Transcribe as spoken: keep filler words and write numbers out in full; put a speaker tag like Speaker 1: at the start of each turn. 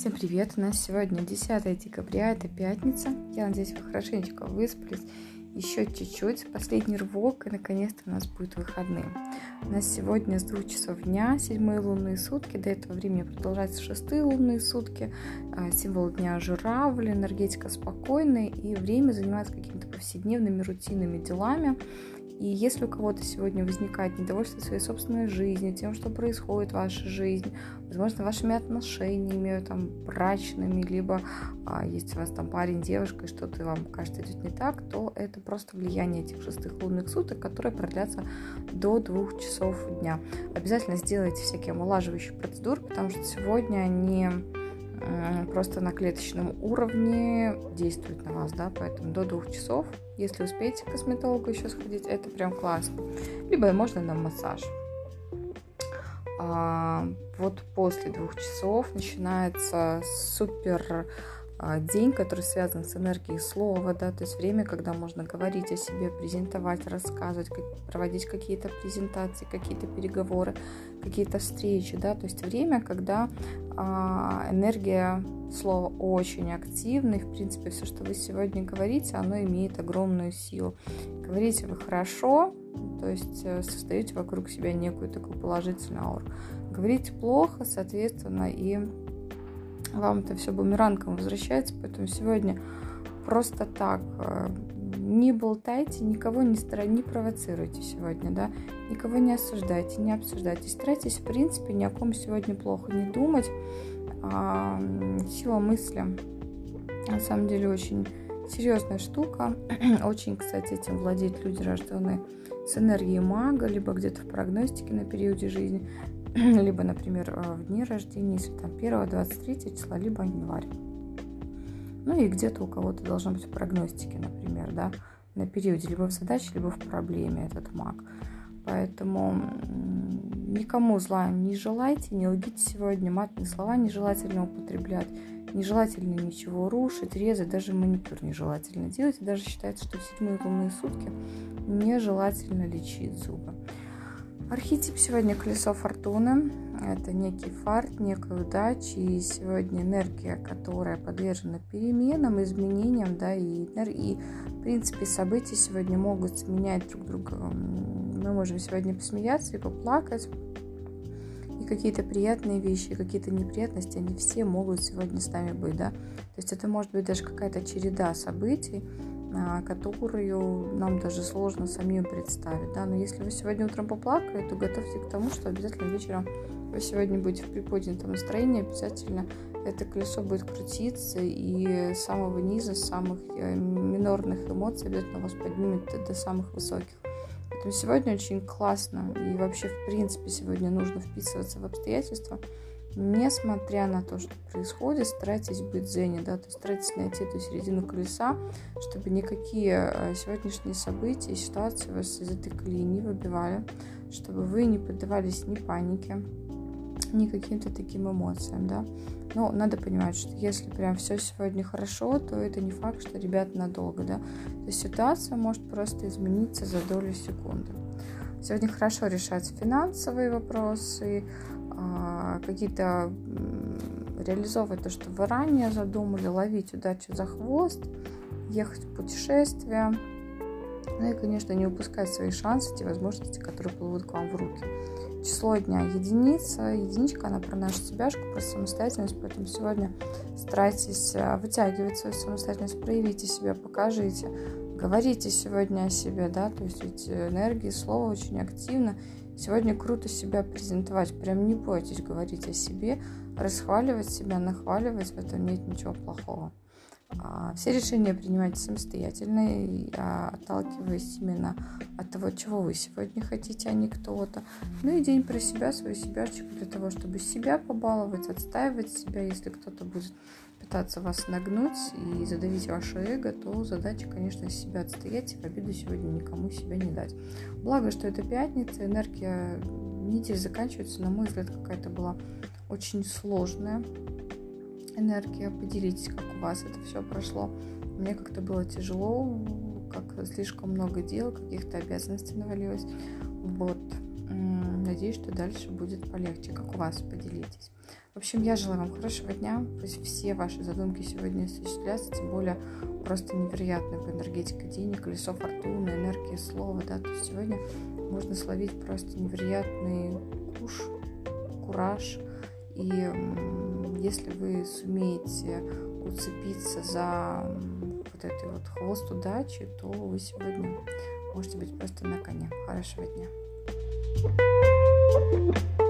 Speaker 1: Всем привет! У нас сегодня десятое декабря, это пятница. Я надеюсь, вы хорошенечко выспались. Еще чуть-чуть, последний рывок, и наконец-то у нас будет выходные. У нас сегодня с двух часов дня седьмые лунные сутки, до этого времени продолжаются шестые лунные сутки. Символ дня журавль, энергетика спокойная, и время заниматься какими-то повседневными рутинными делами. И если у кого-то сегодня возникает недовольство своей собственной жизнью, тем, что происходит в вашей жизни, возможно, вашими отношениями, там, брачными, либо а, если у вас там парень, девушка, и что-то вам кажется идет не так, то это просто влияние этих шестых лунных суток, которые продлятся до двух часов дня. Обязательно сделайте всякие омолаживающие процедуры, потому что сегодня они просто на клеточном уровне действуют на вас, да, поэтому до двух часов, если успеете к косметологу еще сходить, это прям классно. Либо можно на массаж. А, вот после двух часов начинается супер день, который связан с энергией слова, да, то есть время, когда можно говорить о себе, презентовать, рассказывать, проводить какие-то презентации, какие-то переговоры, какие-то встречи, да, то есть время, когда а, энергия слова очень активна, и, в принципе, все, что вы сегодня говорите, оно имеет огромную силу. Говорите вы хорошо, то есть создаете вокруг себя некую такую положительную ауру. Говорите плохо, соответственно, и вам это все бумерангом возвращается, поэтому сегодня просто так не болтайте, никого не, стар... не провоцируйте сегодня, да, никого не осуждайте, не обсуждайте, старайтесь, в принципе, ни о ком сегодня плохо не думать. А, сила мысли, на самом деле, очень серьезная штука, очень, кстати, этим владеют люди, рожденные с энергией мага, либо где-то в прогностике на периоде жизни, либо, например, в дни рождения, если там первого, двадцать третьего числа, либо январь. Ну и где-то у кого-то должно быть в прогностике, например, да, на периоде, либо в задаче, либо в проблеме этот маг. Поэтому никому зла не желайте, не лгите сегодня, матные слова нежелательно употреблять, нежелательно ничего рушить, резать, даже маникюр нежелательно делать. И даже считается, что в седьмые лунные сутки нежелательно лечить зубы. Архетип сегодня колесо фортуны. Это некий фарт, некая удача. И сегодня энергия, которая подвержена переменам, изменениям, да, и, и в принципе события сегодня могут сменять друг друга. Мы можем сегодня посмеяться и поплакать. И какие-то приятные вещи, какие-то неприятности, они все могут сегодня с нами быть, да. То есть это может быть даже какая-то череда событий, которую нам даже сложно самим представить, да, но если вы сегодня утром поплакали, то готовьте к тому, что обязательно вечером вы сегодня будете в приподнятом настроении, обязательно это колесо будет крутиться, и с самого низа, с самых минорных эмоций обязательно вас поднимет до самых высоких. Поэтому сегодня очень классно, и вообще, в принципе, сегодня нужно вписываться в обстоятельства. Несмотря на то, что происходит, старайтесь быть в дзене, да, то есть старайтесь найти эту середину колеса, чтобы никакие сегодняшние события, ситуации вас из этой колеи не выбивали, чтобы вы не поддавались ни панике, ни каким-то таким эмоциям, да. Но надо понимать, что если прям все сегодня хорошо, то это не факт, что, ребята, надолго, да. То есть ситуация может просто измениться за долю секунды. Сегодня хорошо решать финансовые вопросы, какие-то реализовывать то, что вы ранее задумали, ловить удачу за хвост, ехать в путешествие, ну и, конечно, не упускать свои шансы, те возможности, которые плывут к вам в руки. Число дня единица, единичка, она про нашу себяшку, про самостоятельность, поэтому сегодня старайтесь вытягивать свою самостоятельность, проявите себя, покажите, говорите сегодня о себе, да, то есть ведь энергия слова очень активна. Сегодня круто себя презентовать, прям не бойтесь говорить о себе, расхваливать себя, нахваливать, в этом нет ничего плохого. Все решения принимайте самостоятельно, и, отталкиваясь именно от того, чего вы сегодня хотите, а не кто-то. Ну и день про себя, свою себяшечку, для того, чтобы себя побаловать, отстаивать себя. Если кто-то будет пытаться вас нагнуть и задавить ваше эго, то задача, конечно, себя отстоять и в обиду сегодня никому себя не дать. Благо, что это пятница, энергия недели заканчивается, на мой взгляд, какая-то была очень сложная энергия. Поделитесь, как у вас это все прошло. Мне как-то было тяжело, как слишком много дел, каких-то обязанностей навалилось. Вот. надеюсь, что дальше будет полегче. Как у вас? Поделитесь. В общем, я желаю вам хорошего дня. Пусть все ваши задумки сегодня осуществляются, тем более просто невероятный по энергетике день, колесо фортуны, энергия слова, да, то есть сегодня можно словить просто невероятный куш, кураж, и если вы сумеете уцепиться за вот этот вот хвост удачи, то вы сегодня можете быть просто на коне. Хорошего дня!